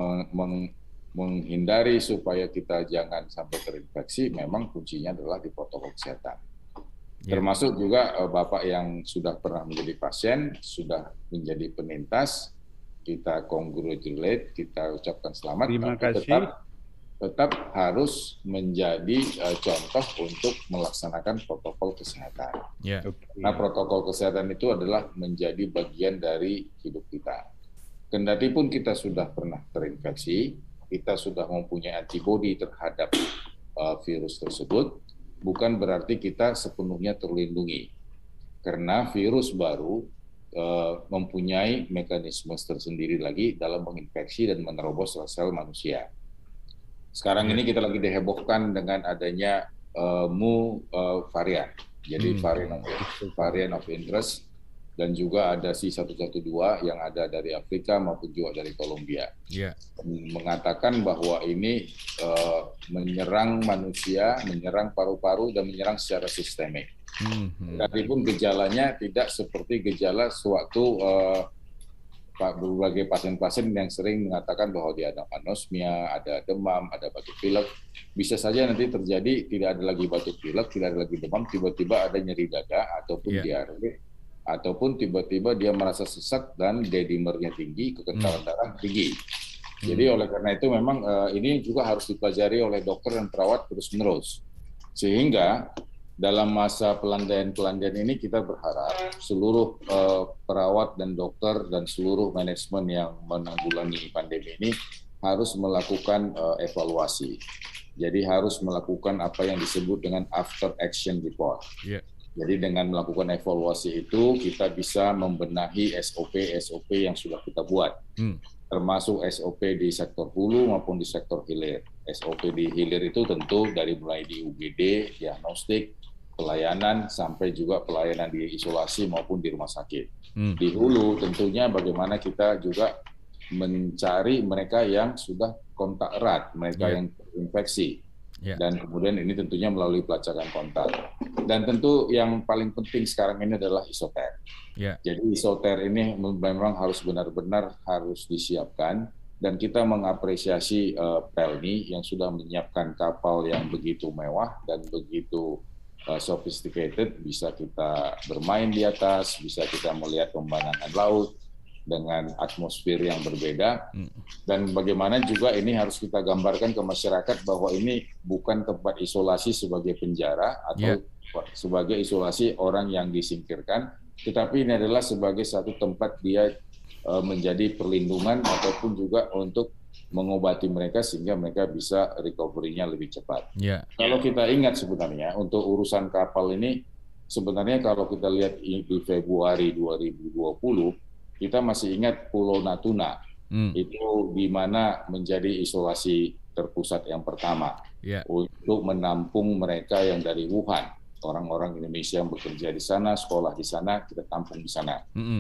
menghindari supaya kita jangan sampai terinfeksi, memang kuncinya adalah di protokol kesehatan. Termasuk juga Bapak yang sudah pernah menjadi pasien, sudah menjadi penyintas, kita congratulate, kita ucapkan selamat. Terima kasih. Tetap harus menjadi contoh untuk melaksanakan protokol kesehatan. Nah, protokol kesehatan itu adalah menjadi bagian dari hidup kita. Kendati pun kita sudah pernah terinfeksi, kita sudah mempunyai antibodi terhadap virus tersebut, bukan berarti kita sepenuhnya terlindungi. Karena virus baru mempunyai mekanisme tersendiri lagi dalam menginfeksi dan menerobos sel-sel manusia. Sekarang ini kita lagi dihebohkan dengan adanya mu varian. Jadi varian of interest, dan juga ada C112 yang ada dari Afrika maupun juga dari Kolombia. Mengatakan bahwa ini menyerang manusia, menyerang paru-paru, dan menyerang secara sistemik. Meskipun gejalanya tidak seperti gejala sewaktu berbagai pasien-pasien yang sering mengatakan bahwa dia ada anosmia, ada demam, ada batuk pilek. Bisa saja nanti terjadi tidak ada lagi batuk pilek, tidak ada lagi demam, tiba-tiba ada nyeri dada ataupun diare, ataupun tiba-tiba dia merasa sesak dan D-dimernya tinggi, kekentalan darah tinggi. Jadi oleh karena itu memang ini juga harus dipelajari oleh dokter dan perawat terus-menerus. Sehingga dalam masa pelandaian ini kita berharap seluruh perawat dan dokter dan seluruh manajemen yang menanggulangi pandemi ini harus melakukan evaluasi. Jadi harus melakukan apa yang disebut dengan after action report. Jadi dengan melakukan evaluasi itu kita bisa membenahi SOP yang sudah kita buat, termasuk SOP di sektor hulu maupun di sektor hilir. SOP di hilir itu tentu dari mulai di UGD, diagnostik, pelayanan, sampai juga pelayanan di isolasi maupun di rumah sakit. Di hulu tentunya bagaimana kita juga mencari mereka yang sudah kontak erat, mereka yang terinfeksi. Dan kemudian ini tentunya melalui pelacakan kontak. Dan tentu yang paling penting sekarang ini adalah isoter. Jadi isoter ini memang harus benar-benar harus disiapkan, dan kita mengapresiasi Pelni yang sudah menyiapkan kapal yang begitu mewah dan begitu sophisticated, bisa kita bermain di atas, bisa kita melihat pemandangan laut dengan atmosfer yang berbeda, dan bagaimana juga ini harus kita gambarkan ke masyarakat bahwa ini bukan tempat isolasi sebagai penjara atau sebagai isolasi orang yang disingkirkan, tetapi ini adalah sebagai satu tempat dia menjadi perlindungan ataupun juga untuk mengobati mereka sehingga mereka bisa recovery-nya lebih cepat. Kalau kita ingat sebenarnya untuk urusan kapal ini, sebenarnya kalau kita lihat di Februari 2020, kita masih ingat Pulau Natuna, itu di mana menjadi isolasi terpusat yang pertama untuk menampung mereka yang dari Wuhan. Orang-orang Indonesia yang bekerja di sana, sekolah di sana, kita tampung di sana.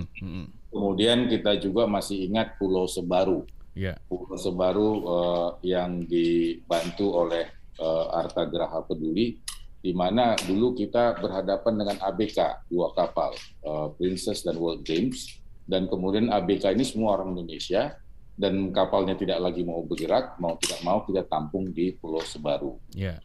Kemudian kita juga masih ingat Pulau Sebaru. Pulau Sebaru yang dibantu oleh Arta Graha Peduli, di mana dulu kita berhadapan dengan ABK, 2 kapal, Princess dan World Dreams. Dan kemudian ABK ini semua orang Indonesia, dan kapalnya tidak lagi mau bergerak, mau tidak mau kita tampung di Pulau Sebaru.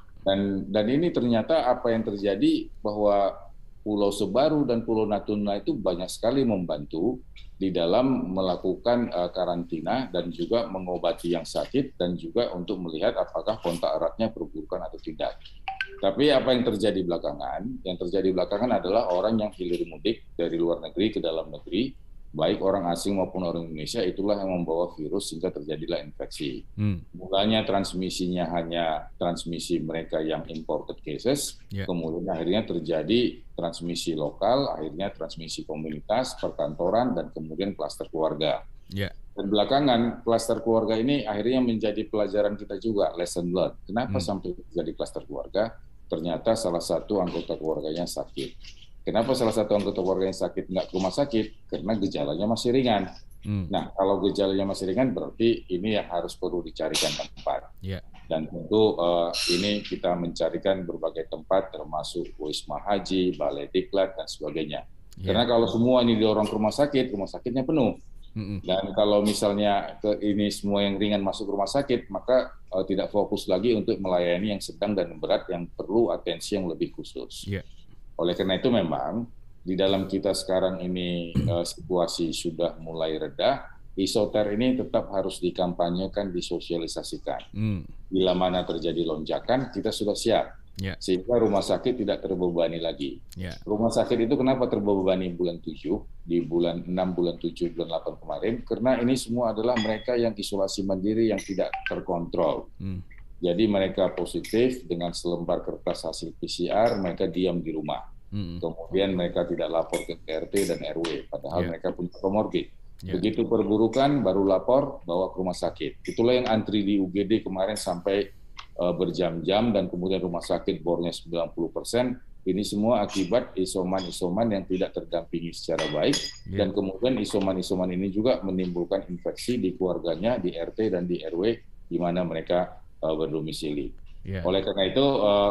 Dan ini ternyata apa yang terjadi bahwa Pulau Sebaru dan Pulau Natuna itu banyak sekali membantu di dalam melakukan karantina dan juga mengobati yang sakit dan juga untuk melihat apakah kontak eratnya perburukan atau tidak. Tapi apa yang terjadi belakangan? Yang terjadi belakangan adalah orang yang hilir mudik dari luar negeri ke dalam negeri, baik orang asing maupun orang Indonesia, itulah yang membawa virus sehingga terjadilah infeksi. Mulanya transmisinya hanya transmisi mereka yang imported cases, kemudian akhirnya terjadi transmisi lokal, akhirnya transmisi komunitas, perkantoran, dan kemudian klaster keluarga. Dan belakangan klaster keluarga ini akhirnya menjadi pelajaran kita juga, lesson learned. Kenapa sampai terjadi klaster keluarga? Ternyata salah satu anggota keluarganya sakit. Kenapa salah satu anggota keluarga yang sakit nggak ke rumah sakit? Karena gejalanya masih ringan. Nah, kalau gejalanya masih ringan berarti ini yang harus perlu dicarikan tempat. Dan tentu ini kita mencarikan berbagai tempat termasuk Wisma Haji, Balai Diklat, dan sebagainya. Karena kalau semua ini didorong ke rumah sakitnya penuh. Dan kalau misalnya ini semua yang ringan masuk ke rumah sakit, maka tidak fokus lagi untuk melayani yang sedang dan berat yang perlu atensi yang lebih khusus. Oleh karena itu memang di dalam kita sekarang ini situasi sudah mulai reda, isoter ini tetap harus dikampanyekan, disosialisasikan. Bila mana terjadi lonjakan, kita sudah siap. Sehingga rumah sakit tidak terbebani lagi. Rumah sakit itu kenapa terbebani bulan 7, di bulan 6, bulan 7, bulan 8 kemarin? Karena ini semua adalah mereka yang isolasi mandiri yang tidak terkontrol. Jadi mereka positif dengan selembar kertas hasil PCR, mereka diam di rumah. Kemudian mereka tidak lapor ke RT dan RW, padahal mereka punya komorbid. Begitu perburukan, baru lapor, bawa ke rumah sakit. Itulah yang antri di UGD kemarin sampai berjam-jam, dan kemudian rumah sakit bornya 90%. Ini semua akibat isoman-isoman yang tidak terdampingi secara baik, dan kemudian isoman-isoman ini juga menimbulkan infeksi di keluarganya, di RT dan di RW, di mana mereka berdomisili. Oleh karena itu,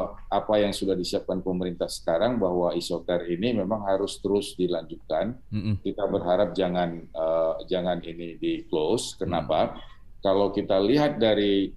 apa yang sudah disiapkan pemerintah sekarang bahwa isoter ini memang harus terus dilanjutkan. Kita berharap jangan ini di close. Kenapa? Kalau kita lihat dari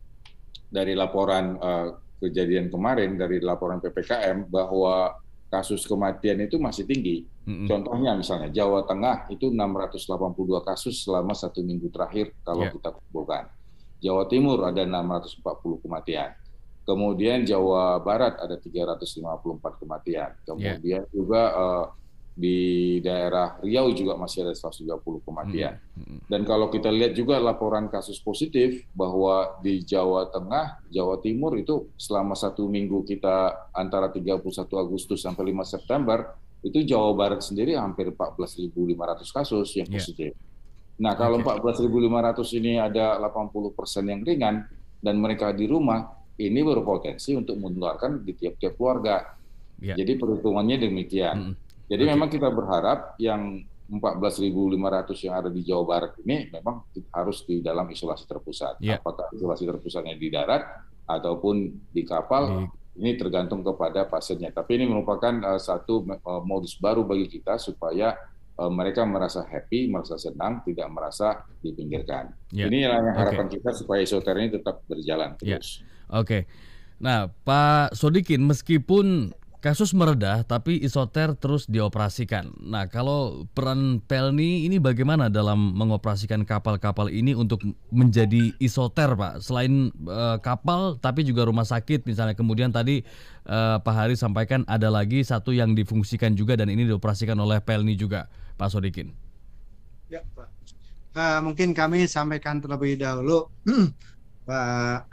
laporan kejadian kemarin, dari laporan PPKM, bahwa kasus kematian itu masih tinggi. Contohnya misalnya Jawa Tengah itu 682 kasus selama 1 minggu terakhir kalau kita kumpulkan. Jawa Timur ada 640 kematian. Kemudian Jawa Barat ada 354 kematian. Kemudian juga di daerah Riau juga masih ada 130 kematian. Dan kalau kita lihat juga laporan kasus positif bahwa di Jawa Tengah, Jawa Timur itu selama 1 minggu kita antara 31 Agustus sampai 5 September, itu Jawa Barat sendiri hampir 14.500 kasus yang positif. Nah, kalau 14.500 ini ada 80% yang ringan dan mereka di rumah, ini berpotensi untuk menularkan di tiap-tiap keluarga. Jadi perhitungannya demikian. Jadi memang kita berharap yang 14.500 yang ada di Jawa Barat ini memang harus di dalam isolasi terpusat. Apakah isolasi terpusatnya di darat ataupun di kapal, ini tergantung kepada pasiennya. Tapi ini merupakan satu modus baru bagi kita supaya mereka merasa happy, merasa senang, tidak merasa dipinggirkan. Ini yang harapan kita supaya isoter ini tetap berjalan terus. Nah, Pak Sodikin, meskipun kasus meredah, tapi isoter terus dioperasikan. Nah, kalau peran Pelni ini bagaimana dalam mengoperasikan kapal-kapal ini untuk menjadi isoter, Pak? Selain kapal, tapi juga rumah sakit misalnya. Kemudian tadi Pak Hari sampaikan ada lagi satu yang difungsikan juga dan ini dioperasikan oleh Pelni juga, Pak Sodikin. Ya, Pak. Mungkin kami sampaikan terlebih dahulu, Pak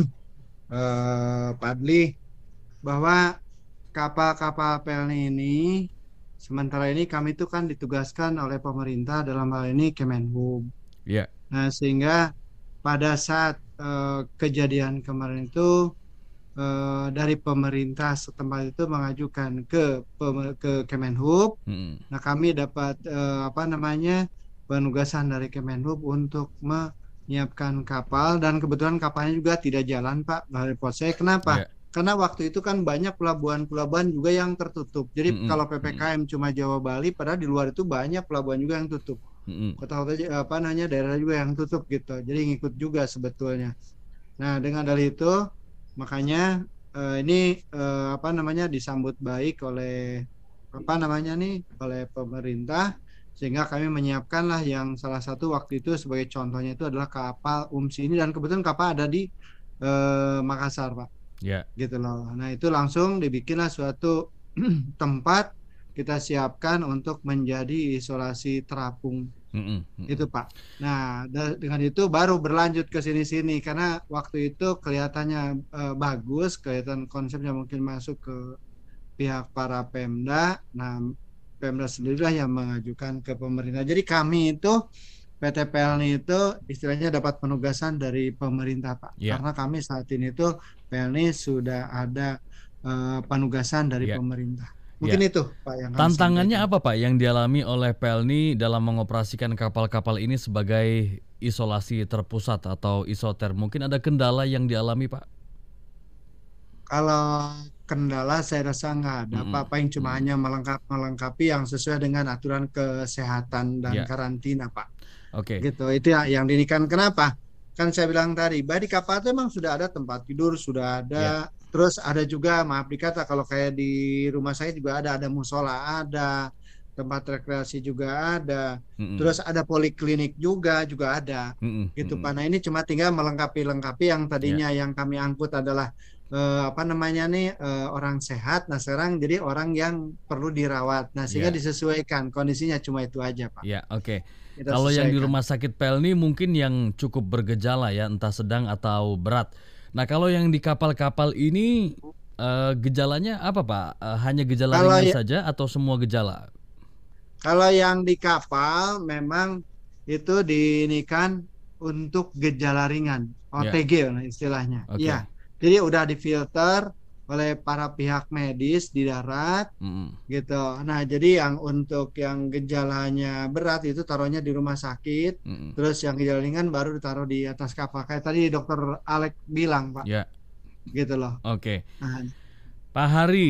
Padli, bahwa kapal-kapal Pelni ini sementara ini kami itu kan ditugaskan oleh pemerintah, dalam hal ini Kemenhub. Nah, sehingga pada saat kejadian kemarin itu dari pemerintah setempat itu mengajukan ke Kemenhub. Nah, kami dapat penugasan dari Kemenhub untuk menyiapkan kapal, dan kebetulan kapalnya juga tidak jalan, Pak, dari port saya. Kenapa? Karena waktu itu kan banyak pelabuhan-pelabuhan juga yang tertutup. Jadi kalau PPKM cuma Jawa Bali, padahal di luar itu banyak pelabuhan juga yang tutup. Kota-kota daerah juga yang tutup gitu. Jadi ngikut juga sebetulnya. Nah, dengan dalih itu makanya ini disambut baik oleh oleh pemerintah, sehingga kami menyiapkanlah yang salah satu waktu itu sebagai contohnya itu adalah kapal UMSI ini, dan kebetulan kapal ada di Makassar, Pak. Gitu loh. Nah, itu langsung dibikinlah suatu tempat kita siapkan untuk menjadi isolasi terapung. Itu, Pak. Nah, dengan itu baru berlanjut ke sini-sini, karena waktu itu kelihatannya bagus, kelihatan konsepnya mungkin masuk ke pihak para Pemda. Nah, Pemda sendirilah yang mengajukan ke pemerintah. Jadi kami itu PT Pelni itu istilahnya dapat penugasan dari pemerintah, Pak. Karena kami saat ini itu Pelni sudah ada penugasan dari pemerintah. Mungkin itu, Pak, yang tantangannya apa, Pak, yang dialami oleh Pelni dalam mengoperasikan kapal-kapal ini sebagai isolasi terpusat atau isoter? Mungkin ada kendala yang dialami, Pak? Kalau kendala saya rasa nggak ada, Pak. Paling cuma hanya melengkapi yang sesuai dengan aturan kesehatan dan karantina, Pak. Gitu. Itu yang dinikan. Kenapa? Kan saya bilang tadi, di kapal itu memang sudah ada tempat tidur, sudah ada. Terus ada juga, maaf dikata, kalau kayak di rumah saya juga ada musola, ada tempat rekreasi juga ada. Terus ada poliklinik juga ada. Gitu, Pak. Nah, ini cuma tinggal melengkapi yang tadinya yang kami angkut adalah orang sehat. Nah, sekarang jadi orang yang perlu dirawat. Nah, sehingga disesuaikan kondisinya, cuma itu aja, Pak. Kalau yang di rumah sakit Pelni mungkin yang cukup bergejala ya, entah sedang atau berat. Nah, kalau yang di kapal-kapal ini gejalanya apa, Pak? Hanya gejala ringan saja atau semua gejala? Kalau yang di kapal memang itu diinikan untuk gejala ringan, OTG istilahnya. Iya. Jadi udah difilter oleh para pihak medis di darat, gitu. Nah, jadi yang untuk yang gejalanya berat itu taruhnya di rumah sakit, terus yang gejala ringan baru ditaruh di atas kapal. Kayak tadi Dokter Alex bilang, Pak. Gitu loh. Nah, Pak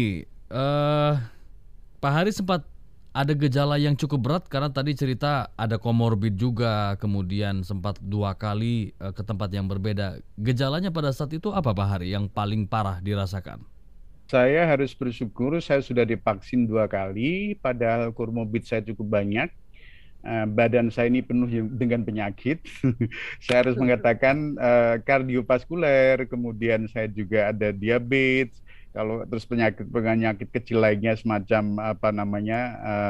Hari sempat ada gejala yang cukup berat karena tadi cerita ada komorbid juga, kemudian sempat 2 kali ke tempat yang berbeda. Gejalanya pada saat itu apa, Pak Hari, yang paling parah dirasakan? Saya harus bersyukur saya sudah divaksin 2 kali, padahal komorbid saya cukup banyak. badan saya ini penuh dengan penyakit. Saya harus mengatakan kardiovaskuler, kemudian saya juga ada diabetes, kalau terus penyakit kecil lainnya semacam apa namanya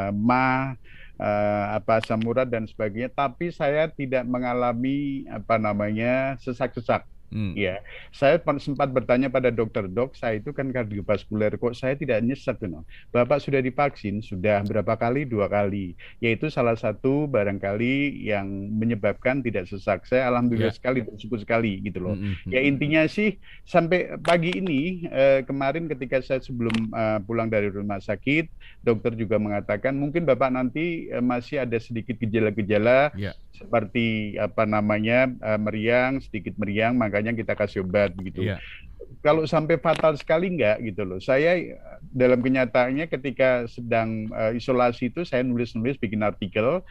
asam urat dan sebagainya. Tapi saya tidak mengalami apa namanya sesak-sesak. Ya, saya sempat bertanya pada dokter, dok, saya itu kan kardiovaskuler, kok saya tidak nyesek, Bapak sudah divaksin, sudah berapa kali? 2 kali, yaitu salah satu barangkali yang menyebabkan tidak sesak. Saya alhamdulillah sekali, bersyukur sekali gitu loh. Ya intinya sih sampai pagi ini, kemarin ketika saya sebelum pulang dari rumah sakit, dokter juga mengatakan mungkin Bapak nanti masih ada sedikit gejala-gejala seperti apa namanya sedikit meriang, makanya kita kasih obat begitu. Kalau sampai fatal sekali enggak gitu loh. Saya dalam kenyataannya ketika sedang isolasi itu saya nulis-nulis bikin artikel,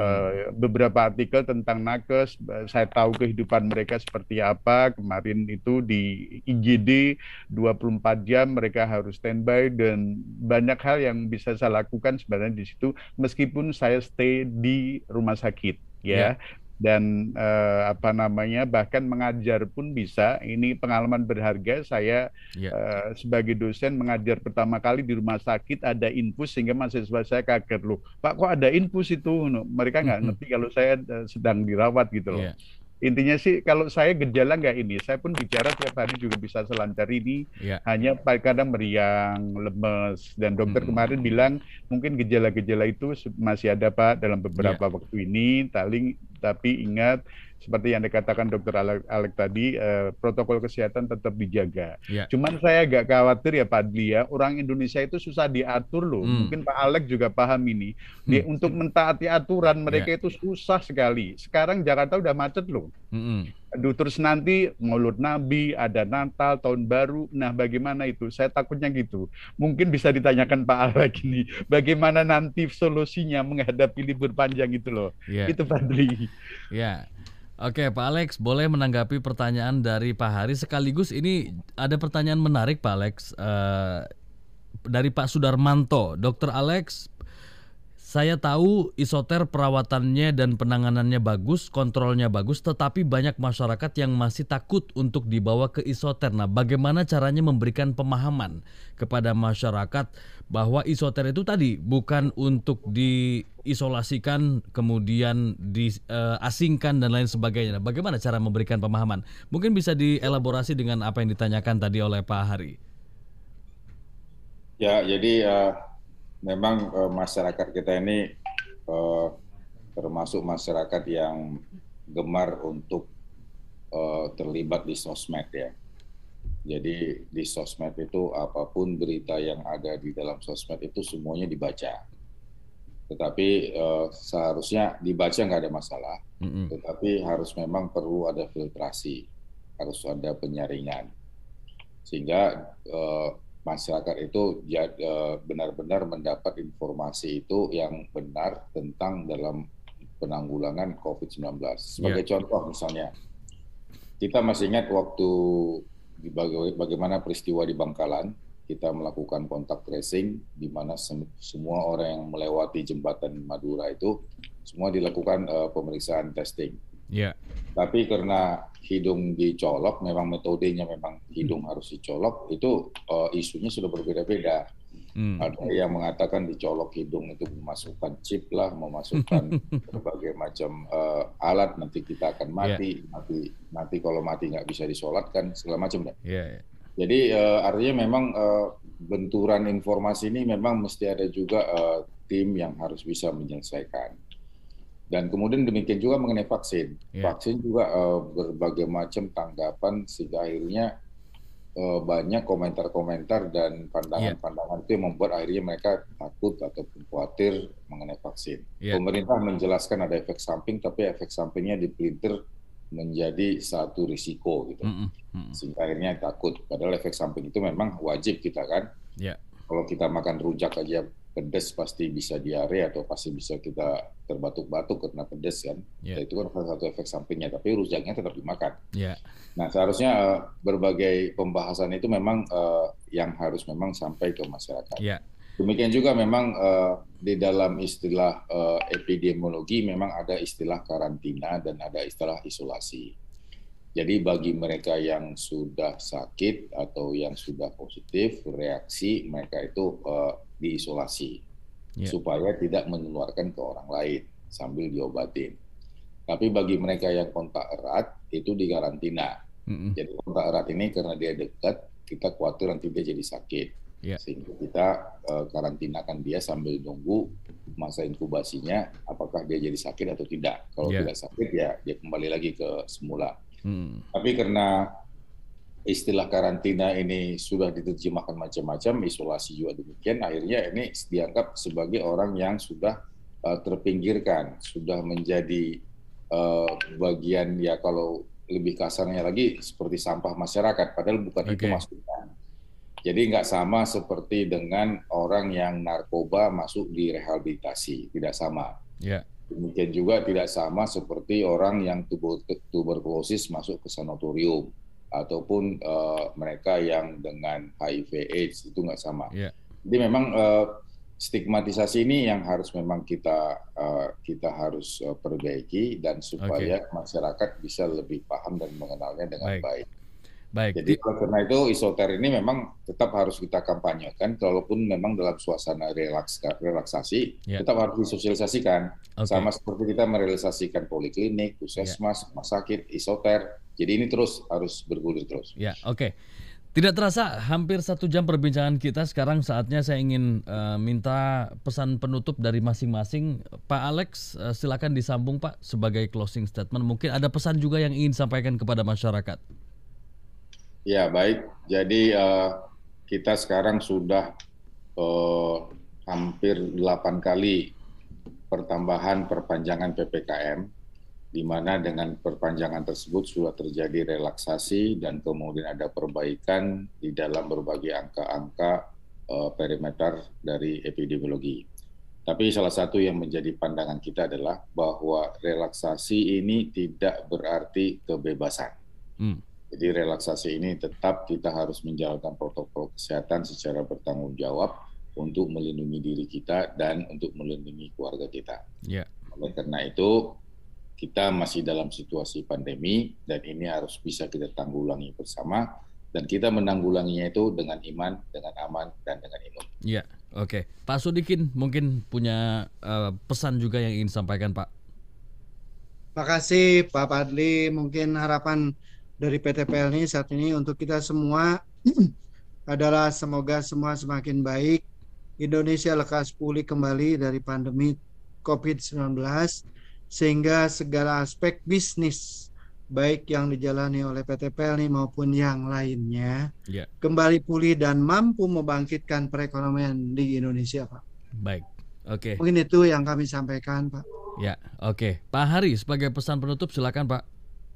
beberapa artikel tentang nakes, saya tahu kehidupan mereka seperti apa. Kemarin itu di IGD 24 jam mereka harus standby dan banyak hal yang bisa saya lakukan sebenarnya di situ meskipun saya stay di rumah sakit ya. Dan apa namanya bahkan mengajar pun bisa. Ini pengalaman berharga saya sebagai dosen mengajar pertama kali di rumah sakit ada infus sehingga mahasiswa saya kaget, loh Pak kok ada infus itu, mereka nggak ngerti kalau saya sedang dirawat gitu loh. Intinya sih kalau saya gejala nggak ini, saya pun bicara tiap hari juga bisa selancar ini, hanya kadang meriang, lemes, dan dokter kemarin bilang mungkin gejala-gejala itu masih ada Pak dalam beberapa waktu ini, tapi ingat seperti yang dikatakan Dokter Alex tadi, protokol kesehatan tetap dijaga. Cuman saya agak khawatir ya Pak Adli ya, orang Indonesia itu susah diatur loh. Mungkin Pak Alex juga paham ini. Untuk mentaati aturan mereka itu susah sekali. Sekarang Jakarta udah macet loh. Aduh, terus nanti Maulud Nabi, ada Natal, Tahun Baru. Nah, bagaimana itu? Saya takutnya gitu. Mungkin bisa ditanyakan Pak Alex ini, bagaimana nanti solusinya menghadapi libur panjang itu loh. Itu Pak Adli. Oke, Pak Alex, boleh menanggapi pertanyaan dari Pak Hari sekaligus ini ada pertanyaan menarik Pak Alex dari Pak Sudarmanto. Dokter Alex, saya tahu isoter perawatannya dan penanganannya bagus, kontrolnya bagus, tetapi banyak masyarakat yang masih takut untuk dibawa ke isoter. Nah, bagaimana caranya memberikan pemahaman kepada masyarakat bahwa isoter itu tadi bukan untuk diisolasikan, kemudian diasingkan dan lain sebagainya. Nah, bagaimana cara memberikan pemahaman? Mungkin bisa dielaborasi dengan apa yang ditanyakan tadi oleh Pak Hari. Ya, jadi memang masyarakat kita ini termasuk masyarakat yang gemar untuk terlibat di sosmed ya. Jadi di sosmed itu apapun berita yang ada di dalam sosmed itu semuanya dibaca. Tetapi seharusnya dibaca nggak ada masalah, tetapi harus memang perlu ada filtrasi, harus ada penyaringan. Sehingga masyarakat itu benar-benar mendapat informasi itu yang benar tentang dalam penanggulangan COVID-19. Sebagai contoh misalnya, kita masih ingat waktu bagaimana peristiwa di Bangkalan, kita melakukan kontak tracing, di mana semua orang yang melewati jembatan Madura itu semua dilakukan pemeriksaan testing. Tapi karena hidung dicolok, memang metodenya memang hidung harus dicolok, itu isunya sudah berbeda-beda. Ada yang mengatakan dicolok hidung itu memasukkan chip lah, memasukkan berbagai macam alat, nanti kita akan mati, nanti kalau mati nggak bisa disolatkan, segala macam. Jadi artinya memang benturan informasi ini memang mesti ada juga tim yang harus bisa menyelesaikan. Dan kemudian demikian juga mengenai vaksin. Vaksin juga berbagai macam tanggapan sehingga akhirnya banyak komentar-komentar dan pandangan-pandangan itu yang membuat akhirnya mereka takut ataupun khawatir mengenai vaksin. Pemerintah menjelaskan ada efek samping, tapi efek sampingnya dipelintir menjadi satu risiko gitu. Sehingga akhirnya takut. Padahal efek samping itu memang wajib kita kan. Kalau kita makan rujak aja pedas pasti bisa diare atau pasti bisa kita terbatuk-batuk karena pedas kan. Itu kan salah satu efek sampingnya, tapi rujaknya tetap dimakan. Nah, seharusnya berbagai pembahasan itu memang yang harus memang sampai ke masyarakat. Demikian juga memang di dalam istilah epidemiologi memang ada istilah karantina dan ada istilah isolasi. Jadi bagi mereka yang sudah sakit atau yang sudah positif, reaksi mereka itu diisolasi supaya tidak menularkan ke orang lain sambil diobatin. Tapi bagi mereka yang kontak erat itu dikarantina. Jadi kontak erat ini karena dia dekat, kita khawatir nanti dia jadi sakit. Sehingga kita karantinakan dia sambil nunggu masa inkubasinya apakah dia jadi sakit atau tidak. Kalau tidak sakit ya dia kembali lagi ke semula. Tapi karena istilah karantina ini sudah diterjemahkan macam-macam, isolasi juga demikian, akhirnya ini dianggap sebagai orang yang sudah terpinggirkan, sudah menjadi bagian ya kalau lebih kasarnya lagi seperti sampah masyarakat, padahal bukan itu maksudnya. Jadi nggak sama seperti dengan orang yang narkoba masuk di rehabilitasi, tidak sama. Demikian juga tidak sama seperti orang yang tuberkulosis masuk ke sanatorium ataupun mereka yang dengan HIV/AIDS, itu nggak sama. Jadi memang stigmatisasi ini yang harus memang kita harus perbaiki dan supaya masyarakat bisa lebih paham dan mengenalnya dengan baik. Jadi karena itu isoter ini memang tetap harus kita kampanyekan, kalaupun memang dalam suasana relaksasi tetap harus disosialisasikan. Sama seperti kita merealisasikan poliklinik, puskesmas, rumah sakit, isoter. Jadi ini terus harus bergulir terus. Tidak terasa hampir 1 jam perbincangan kita. Sekarang saatnya saya ingin minta pesan penutup dari masing-masing. Pak Alex, silakan disambung Pak sebagai closing statement. Mungkin ada pesan juga yang ingin disampaikan kepada masyarakat. Ya baik, jadi kita sekarang sudah hampir 8 kali perpanjangan PPKM, di mana dengan perpanjangan tersebut sudah terjadi relaksasi dan kemudian ada perbaikan di dalam berbagai angka-angka perimeter dari epidemiologi. Tapi salah satu yang menjadi pandangan kita adalah bahwa relaksasi ini tidak berarti kebebasan. Jadi relaksasi ini tetap kita harus menjalankan protokol kesehatan secara bertanggung jawab untuk melindungi diri kita dan untuk melindungi keluarga kita. Oleh karena itu kita masih dalam situasi pandemi dan ini harus bisa kita tanggulangi bersama dan kita menanggulanginya itu dengan iman, dengan aman, dan dengan imun. Pak Sodikin mungkin punya pesan juga yang ingin disampaikan Pak. Makasih Pak Padli, mungkin harapan dari PT PLNI saat ini untuk kita semua adalah semoga semua semakin baik, Indonesia lekas pulih kembali dari pandemi COVID-19 sehingga segala aspek bisnis baik yang dijalani oleh PT PLNI maupun yang lainnya kembali pulih dan mampu membangkitkan perekonomian di Indonesia, Pak. Mungkin itu yang kami sampaikan, Pak. Pak Hari sebagai pesan penutup silakan Pak.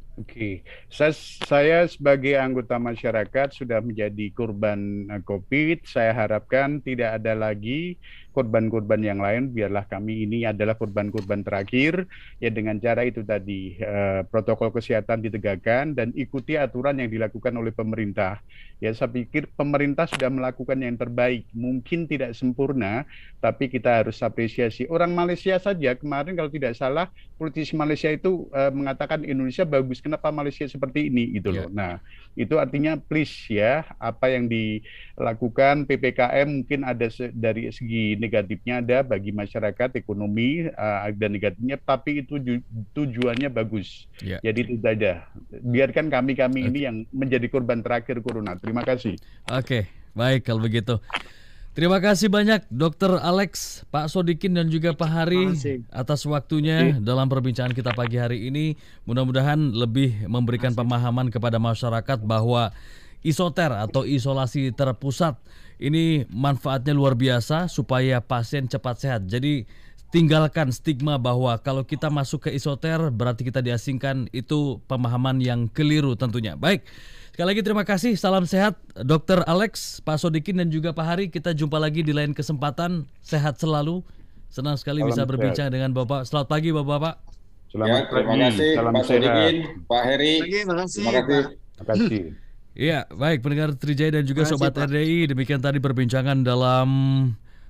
Saya sebagai anggota masyarakat sudah menjadi korban COVID. Saya harapkan tidak ada lagi korban-korban yang lain. Biarlah kami ini adalah korban-korban terakhir. Ya dengan cara itu tadi protokol kesehatan ditegakkan dan ikuti aturan yang dilakukan oleh pemerintah. Ya saya pikir pemerintah sudah melakukan yang terbaik. Mungkin tidak sempurna, tapi kita harus apresiasi. Orang Malaysia saja kemarin kalau tidak salah politisi Malaysia itu mengatakan Indonesia bagus. Kenapa Malaysia seperti ini gitu loh. Nah, itu artinya please ya, apa yang dilakukan PPKM mungkin ada dari segi negatifnya ada bagi masyarakat ekonomi dan negatifnya, tapi itu tujuannya bagus. Jadi tidak ada. Biarkan kami ini yang menjadi korban terakhir corona. Terima kasih. Baik kalau begitu. Terima kasih banyak Dr. Alex, Pak Sodikin dan juga Pak Hari atas waktunya dalam perbincangan kita pagi hari ini. Mudah-mudahan lebih memberikan pemahaman kepada masyarakat bahwa isoter atau isolasi terpusat ini manfaatnya luar biasa supaya pasien cepat sehat. Jadi tinggalkan stigma bahwa kalau kita masuk ke isoter berarti kita diasingkan, itu pemahaman yang keliru tentunya. Baik. Sekali lagi terima kasih, salam sehat Dr. Alex, Pak Sodikin dan juga Pak Hari. Kita jumpa lagi di lain kesempatan, sehat selalu. Senang sekali bisa berbincang dengan Bapak. Selamat pagi Bapak-Bapak. Selamat terima kasih Pak Sodikin, Pak Heri. Terima kasih. Terima kasih. Baik pendengar Trijaya dan juga Sobat RDI, demikian tadi perbincangan dalam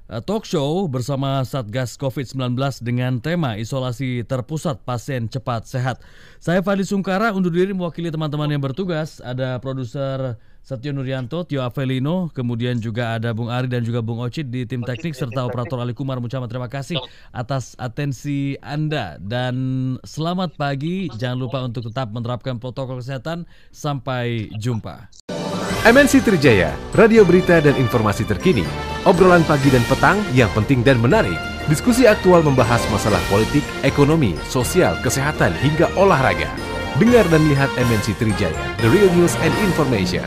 talk show bersama Satgas COVID-19 dengan tema isolasi terpusat pasien cepat sehat. Saya Fadli Sungkara undur diri mewakili teman-teman yang bertugas. Ada produser Setio Nuryanto, Tio Avelino, kemudian juga ada Bung Ari dan juga Bung Ocit di tim teknik serta operator Ali Kumar. Mengucapkan terima kasih atas atensi Anda dan selamat pagi. Jangan lupa untuk tetap menerapkan protokol kesehatan. Sampai jumpa. MNC Trijaya, radio berita dan informasi terkini, obrolan pagi dan petang yang penting dan menarik, diskusi aktual membahas masalah politik, ekonomi, sosial, kesehatan hingga olahraga. Dengar dan lihat MNC Trijaya, the real news and information.